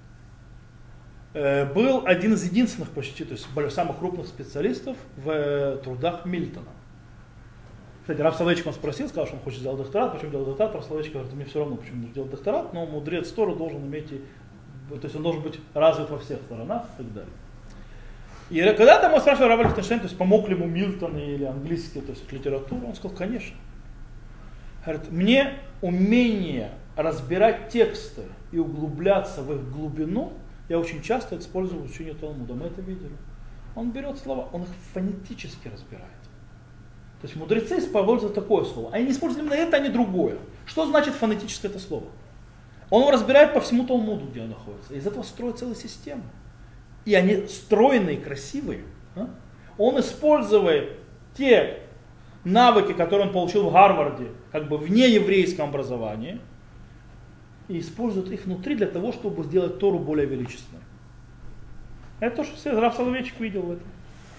Был один из единственных почти, то есть самых крупных специалистов в трудах Мильтона. Кстати, Рав Соловейчик он спросил, сказал, что он хочет сделать докторат, почему делать докторат, Рав Соловейчик говорит, мне все равно, почему нужно делать докторат, но мудрец Торы должен иметь, то есть он должен быть развит во всех сторонах и так далее. И когда-то мы спрашивали Рава Лихтенштейна, то есть помог ли ему Мильтон или английский, то есть литература, он сказал, конечно. Говорит, мне умение разбирать тексты и углубляться в их глубину, я очень часто использую в учении Талмуда, мы это видели. Он берет слова, он их фонетически разбирает. То есть мудрецы используют такое слово. Они не используют именно это, а не другое. Что значит фонетическое это слово? Он его разбирает по всему Талмуду, где он находится. Из этого строит целая система. И они стройные, красивые. Он использует те навыки, которые он получил в Гарварде, как бы в нееврейском образовании, и используют их внутри для того, чтобы сделать Тору более величественной. Это то, что Рав Соловейчик видел в этом.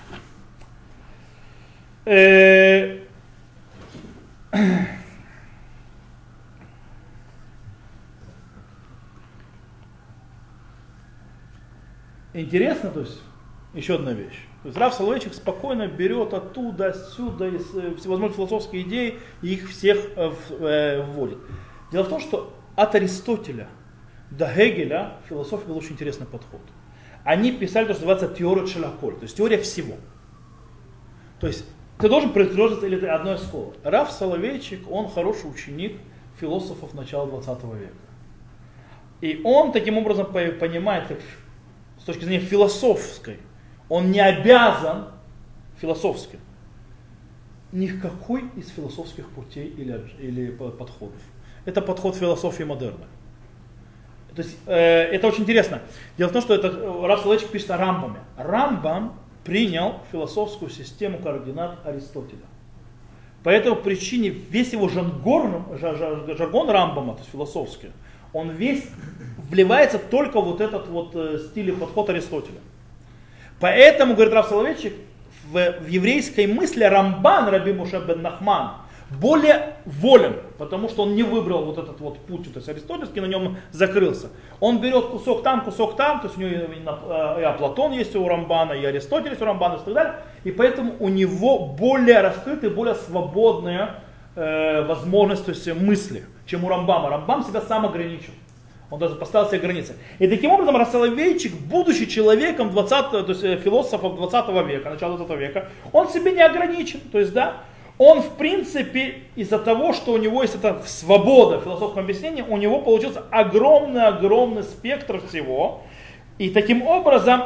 Интересно, то есть, еще одна вещь. То есть Рав Соловейчик спокойно берет оттуда, отсюда, из всевозможных философских идей и их всех вводит. Дело в том, что от Аристотеля до Гегеля философия был очень интересный подход. Они писали то, что называется теория шелаколь, то есть теория всего. То есть ты должен придерживаться или одно из слов. Рав Соловейчик, он хороший ученик философов начала 20 века. И он таким образом понимает, как с точки зрения философской, он не обязан философски ни в какой из философских путей или подходов. Это подход философии модерна. То есть, это очень интересно. Дело в том, что это Рав Соловейчик пишет о Рамбаме. Рамбам принял философскую систему координат Аристотеля. По этой причине весь его жаргон Рамбама, то есть философский, он весь вливается только в вот этот вот стиль и подход Аристотеля. Поэтому, говорит Рав Соловейчик, в еврейской мысли Рамбан, Раби Моше бен Нахман, более волен, потому что он не выбрал вот этот вот путь, то есть аристотельский, на нем закрылся. Он берет кусок там, то есть у него и Платон есть у Рамбана, и Аристотель есть у Рамбана и так далее, и поэтому у него более раскрытые, более свободные возможности, то есть мысли, чем у Рамбама. Рамбам себя сам ограничил. Он даже поставил себе границы. И таким образом Рав Соловейчик, будучи человеком 20, то есть философом 20 века, начала 20 века, он себе не ограничен. То есть, да, он в принципе из-за того, что у него есть эта свобода в философском объяснении, у него получился огромный спектр всего. И таким образом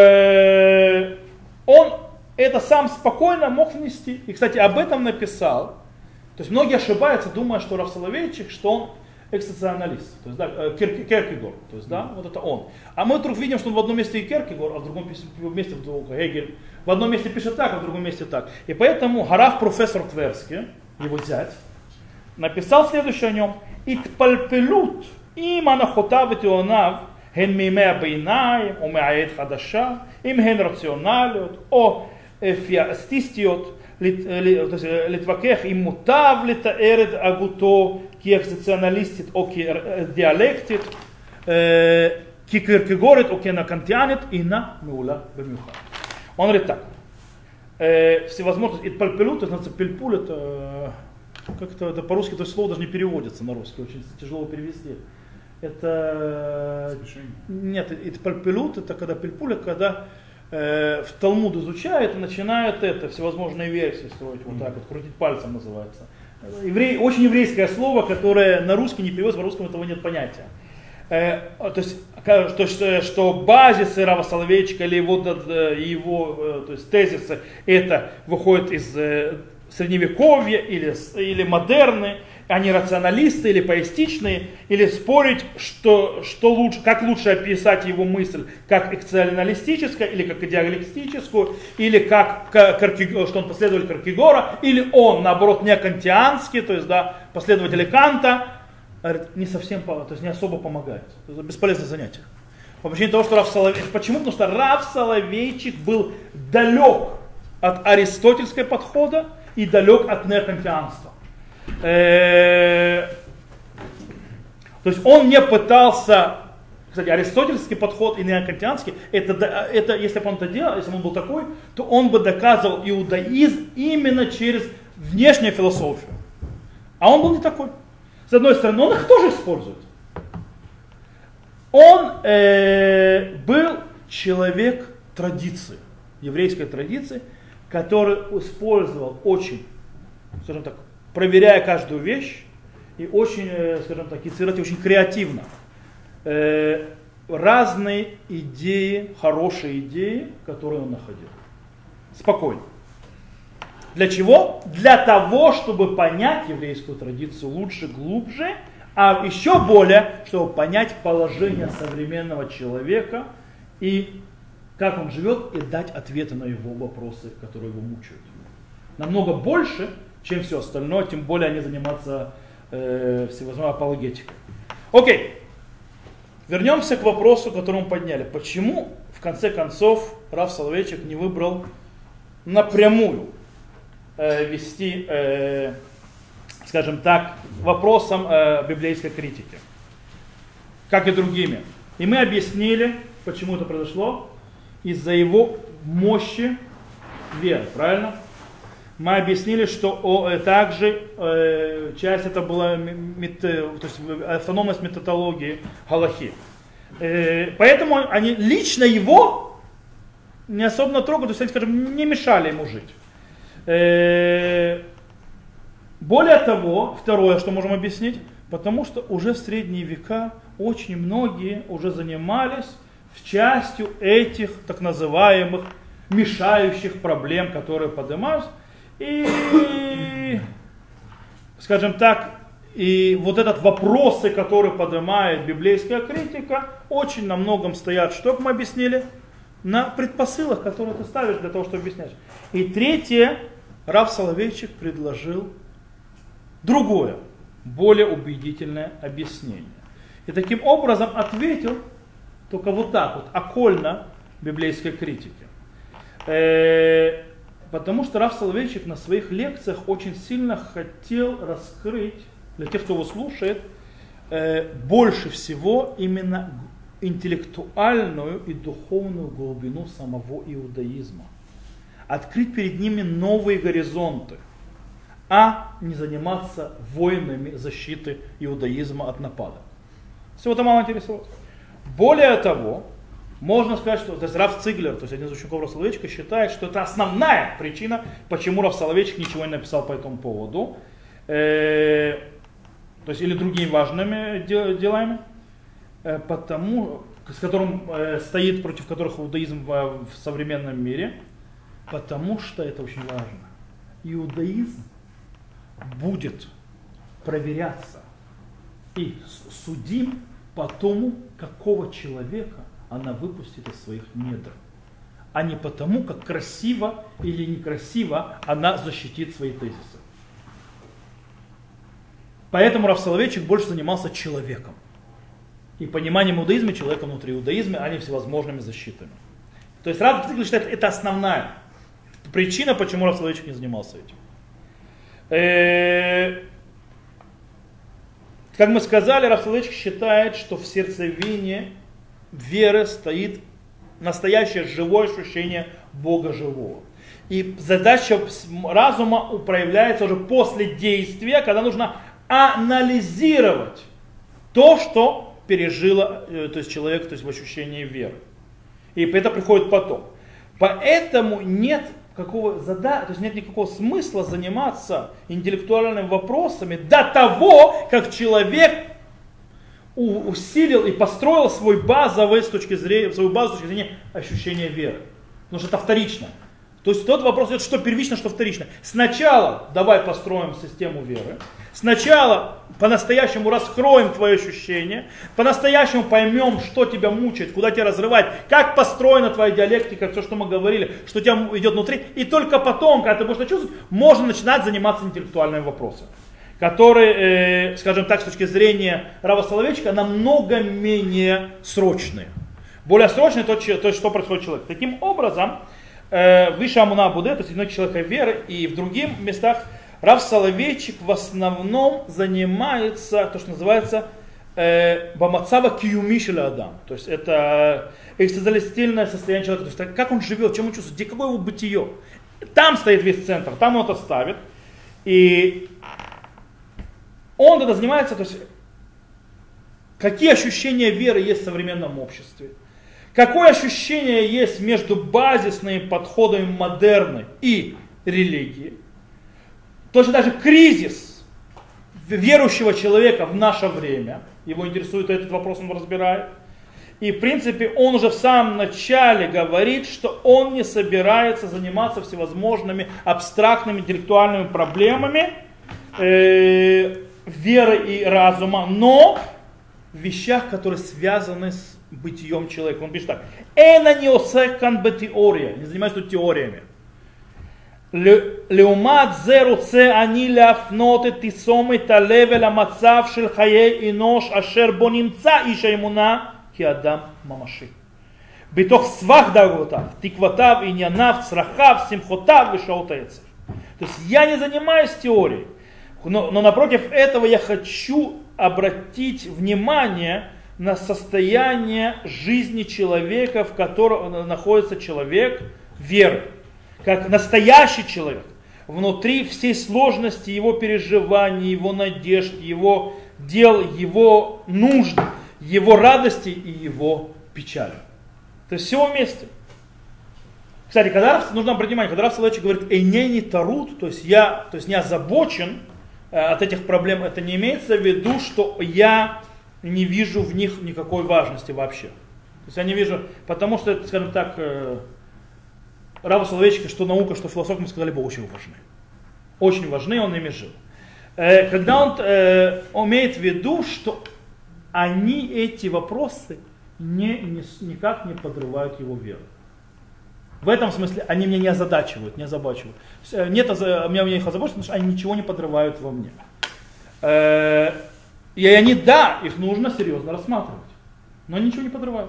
он это сам спокойно мог внести. И, кстати, об этом написал. То есть многие ошибаются, думая, что Рав Соловейчик, что он экзистенциалист, то есть, да, Кierkegaard, то есть, да, вот это он. А мы вдруг видим, что он в одном месте и Кierkegaard, а в другом месте Гегель. В одном месте пишет так, а в другом месте так. И поэтому Раф профессор Тверский, его зять, написал следующее о нем. Итпальпелут им анахотав и тионав хен мимеа бейнаим, о меаэд хадаша, им хен рационалиот, о фиастистиот, להתווכח אם מוטב לתאר את הגותו כאקזיציונליסטית או כדיאלקטית, כקירקגורית או כנקנטיאנית, אינה מעולה במיוחד. Он говорит так, всевозможные, итпальпелут, это называется пельпуль, это как-то это по-русски, то есть слово даже не переводится на русский, очень тяжело перевести. Это, нет, итпальпелут, это когда пельпуль, когда в Талмуд изучают и начинают это, всевозможные версии строить, вот так вот, крутить пальцем называется. Очень еврейское слово, которое на русский не переводится, в русском этого нет понятия. То есть, что базисы Рава Соловейчика или его то есть, тезисы, это выходит из средневековья или модерны, они рационалисты или поэтичные, или спорить, что лучше, как лучше описать его мысль, как экзистенциалистическую, или как диалектическую, или как что он последователь Кierкегора, или он, наоборот, не кантианский, то есть, да, последователь Канта, не совсем, то есть не особо помогает. Это бесполезное занятие. По причине того, что Рав Соловейчик, почему? Потому что Рав Соловейчик был далек от аристотельского подхода и далек от неокантианства. То есть он не пытался, кстати, аристотельский подход и неокантианский, это если бы он это делал, если бы он был такой, то он бы доказывал иудаизм именно через внешнюю философию. А он был не такой. С одной стороны, он их тоже использует. Он был человек традиции, еврейской традиции, который использовал очень, скажем так, проверяя каждую вещь и очень, скажем так, очень креативно разные идеи, хорошие идеи, которые он находил. Спокойно. Для чего? Для того, чтобы понять еврейскую традицию лучше, глубже, а еще более, чтобы понять положение современного человека и как он живет, и дать ответы на его вопросы, которые его мучают. Намного больше, чем все остальное, тем более они заниматься всевозможной апологетикой. Окей. Вернемся к вопросу, который мы подняли. Почему, в конце концов, Рав Соловейчик не выбрал напрямую вести, скажем так, вопросом библейской критики, как и другими. И мы объяснили, почему это произошло, из-за его мощи веры, правильно? Мы объяснили, что также часть это была то есть автономность методологии галахи. Поэтому они лично его не особенно трогают, то есть они, скажем, не мешали ему жить. Более того, второе, что можем объяснить, потому что уже в средние века очень многие уже занимались частью этих так называемых мешающих проблем, которые поднимаются. И, скажем так, и вот этот вопросы, которые поднимает библейская критика, очень на многом стоят, что мы объяснили, на предпосылках, которые ты ставишь для того, чтобы объяснять. И третье, Рав Соловейчик предложил другое, более убедительное объяснение. И таким образом ответил только вот так вот, окольно библейской критике. Потому что Рав Соловейчик на своих лекциях очень сильно хотел раскрыть, для тех, кто его слушает, больше всего именно интеллектуальную и духовную глубину самого иудаизма. Открыть перед ними новые горизонты, а не заниматься войнами защиты иудаизма от нападок. Всего-то мало интересовалось. Более того, можно сказать, что то есть Рав Циглер, то есть один из учеников Рав Соловейчика, считает, что это основная причина, почему Рав Соловейчик ничего не написал по этому поводу. То есть или другими важными делами, с которым стоит, против которых иудаизм в современном мире, потому что это очень важно. Иудаизм будет проверяться и судим по тому, какого человека она выпустит из своих недр, а не потому, как красиво или некрасиво она защитит свои тезисы. Поэтому Рав Соловейчик больше занимался человеком и пониманием иудаизма, человека внутри иудаизма, а не всевозможными защитами. То есть Рав Циглер считает, это основная причина, почему Рав Соловейчик не занимался этим. Как мы сказали, Рав Соловейчик считает, что в сердцевине веры стоит настоящее живое ощущение Бога живого. И задача разума проявляется уже после действия, когда нужно анализировать то, что пережило, то есть человек, то есть в ощущении веры. И это приходит потом. Поэтому нет то есть нет никакого смысла заниматься интеллектуальными вопросами до того, как человек усилил и построил свою базу с точки зрения ощущения веры. Потому что это вторично. То есть тот вопрос идет, что первично, что вторично. Сначала давай построим систему веры. Сначала по-настоящему раскроем твои ощущения. По-настоящему поймем, что тебя мучает, куда тебя разрывать, как построена твоя диалектика, все, что мы говорили, что тебя идет внутри. И только потом, когда ты будешь это чувствовать, можно начинать заниматься интеллектуальными вопросами, которые, скажем так, с точки зрения Рава Соловейчика, намного менее срочные. Более срочные то, что происходит с человеком. Таким образом, выше Амуна Буде, то есть иной человека веры, и в других местах Рав Соловейчик в основном занимается, то, что называется, бамацава киюми шеля адам. То есть это экзистенциальное состояние человека, то есть как он живет, чем он чувствует, какое его бытие. Там стоит весь центр, там он это ставит. И он тогда занимается, то есть какие ощущения веры есть в современном обществе. Какое ощущение есть между базисными подходами модерны и религии? Точно даже кризис верующего человека в наше время, его интересует этот вопрос, он разбирает. И в принципе он уже в самом начале говорит, что он не собирается заниматься всевозможными абстрактными интеллектуальными проблемами веры и разума, но в вещах, которые связаны с бытием человека. Он пишет так: «Эна не осекан бе теория», не занимаюсь тут теориями. «Леумат зе роце ани להפנות את תשומת הלב אל המצב של חיי אנוש אשר בו נמצא איש האמונה כאדם ממשי. בתוך סבך דאגותיו, תקוותיו, ענייניו, צרכיו, שמחותיו ושעות העצב». То есть я не занимаюсь теорией, но напротив этого я хочу обратить внимание на состояние жизни человека, в котором находится человек веры, как настоящий человек, внутри всей сложности его переживаний, его надежд, его дел, его нужд, его радости и его печали. То есть все вместе. Кстати, когда нужно обратить внимание, когда Рав Соловейчик говорит «эйнени тарут», то есть я не озабочен от этих проблем, это не имеется в виду, что я не вижу в них никакой важности вообще. То есть я не вижу, потому что, скажем так, Раву Соловейчика, что наука, что философия, мы сказали бы, очень важны. Очень важны, он ими жил. Когда он имеет в виду, что эти вопросы никак не подрывают его веру. В этом смысле они меня не озадачивают, не озабачивают. Нет, меня их озабочивают, потому что они ничего не подрывают во мне. И они, их нужно серьезно рассматривать, но они ничего не подрывают.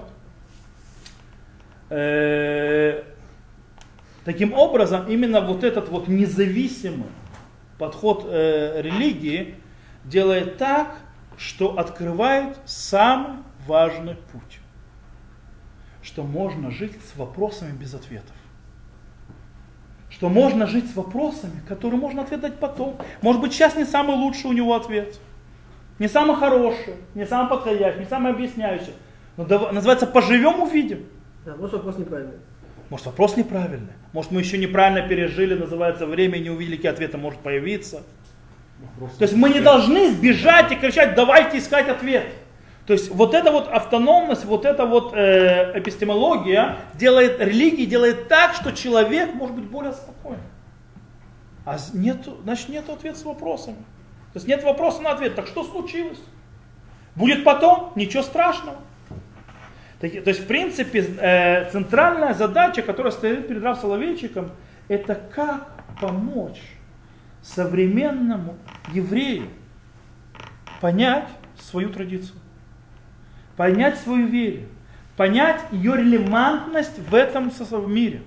Таким образом, именно вот этот вот независимый подход религии делает так, что открывает самый важный путь. Что можно жить с вопросами без ответов. Что можно жить с вопросами, которые можно ответить потом. Может быть, сейчас не самый лучший у него ответ. Не самый хороший, не самый подходящий, не самый объясняющий. Но называется «поживем, увидим». Да, может вопрос неправильный. Может вопрос неправильный. Может мы еще неправильно пережили, называется время, и не увидели, какие ответы может появиться. То есть мы не должны сбежать и кричать: давайте искать ответ. То есть вот эта вот автономность, вот эта вот эпистемология делает, религия делает так, что человек может быть более спокоен. А нету, значит нет ответа с вопросами. То есть нет вопроса на ответ. Так что случилось? Будет потом? Ничего страшного. То есть в принципе центральная задача, которая стоит перед Рав Соловейчиком, это как помочь современному еврею понять свою традицию, понять свою веру, понять ее релевантность в этом мире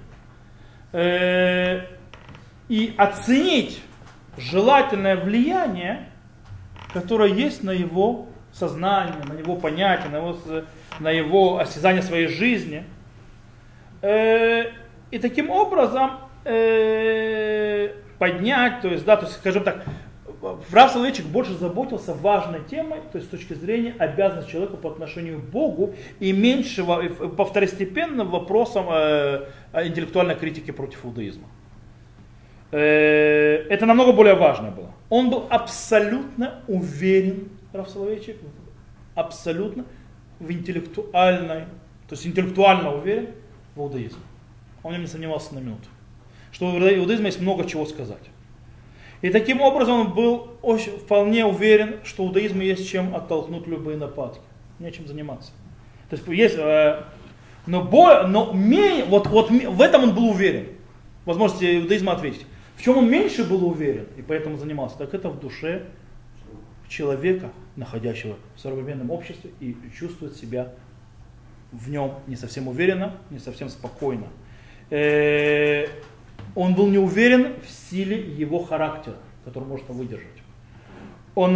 и оценить желательное влияние, которое есть на его сознание, на его понятие, на его осязание своей жизни. И таким образом поднять, то есть, скажем так, Рав Соловейчик больше заботился важной темой, то есть с точки зрения обязанности человека по отношению к Богу и меньшего, по второстепенным вопросам интеллектуальной критики против иудаизма. Это намного более важно было. Он был абсолютно уверен, Рав Соловейчик, абсолютно в интеллектуальной, то есть интеллектуально уверен в иудаизме. Он в нем не сомневался на минуту. Что в иудаизме есть много чего сказать. И таким образом он был вполне уверен, что в иудаизме есть чем оттолкнуть любые нападки. Нечем заниматься. То есть есть, но в этом он был уверен. Возможности иудаизма ответить. В чем он меньше был уверен и поэтому занимался, так это в душе человека, находящего в современном обществе и чувствует себя в нем не совсем уверенно, не совсем спокойно. Он был не уверен в силе его характера, который можно выдержать. Он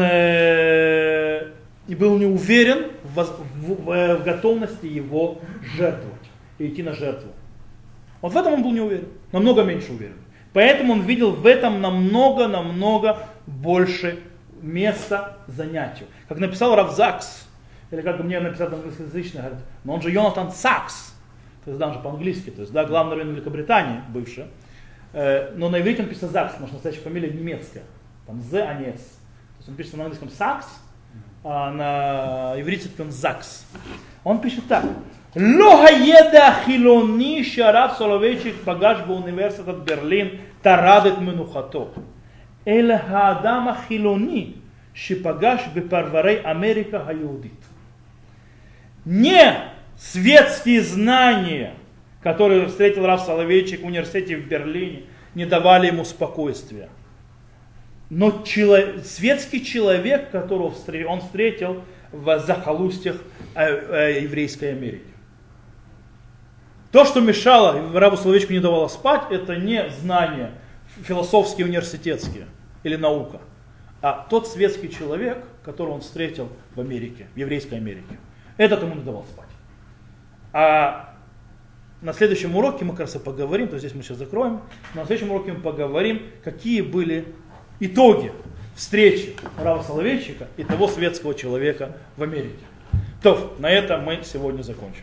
был не уверен в готовности его жертвовать и идти на жертву. Вот в этом он был не уверен, намного меньше уверен. Поэтому он видел в этом намного больше места занятию. Как написал Рав Закс, или как мне написал английскоязычный, говорит, но он же Йонатан Сакс, то есть даже по-английски, то есть да, главный раввин Великобритании бывший. Но на иврите он пишет Закс, потому что настоящая фамилия немецкая. Там З, а не С. То есть он пишет на английском Сакс, а на иврите он Закс. Он пишет так. לא הידע החילוני שהרב סולובייצ'יק פגש באוניברסיטת ברלין טרד את מנוחתו, אלא האדם החילוני שפגש בפרברי אמריקה היהודית. Не светские знания, которые встретил Рав Соловейчик в университете в Берлине, не давали ему спокойствия. Но светский человек, которого он встретил в захолустьях еврейской Америки. То, что мешало Раву Соловейчику, не давало спать, это не знания философские, университетские или наука, а тот светский человек, которого он встретил в Америке, в еврейской Америке. Этот ему не давал спать. А на следующем уроке мы как раз и поговорим, то есть здесь мы сейчас закроем, но на следующем уроке мы поговорим, какие были итоги встречи Рава Соловейчика и того светского человека в Америке. То, на этом мы сегодня закончим.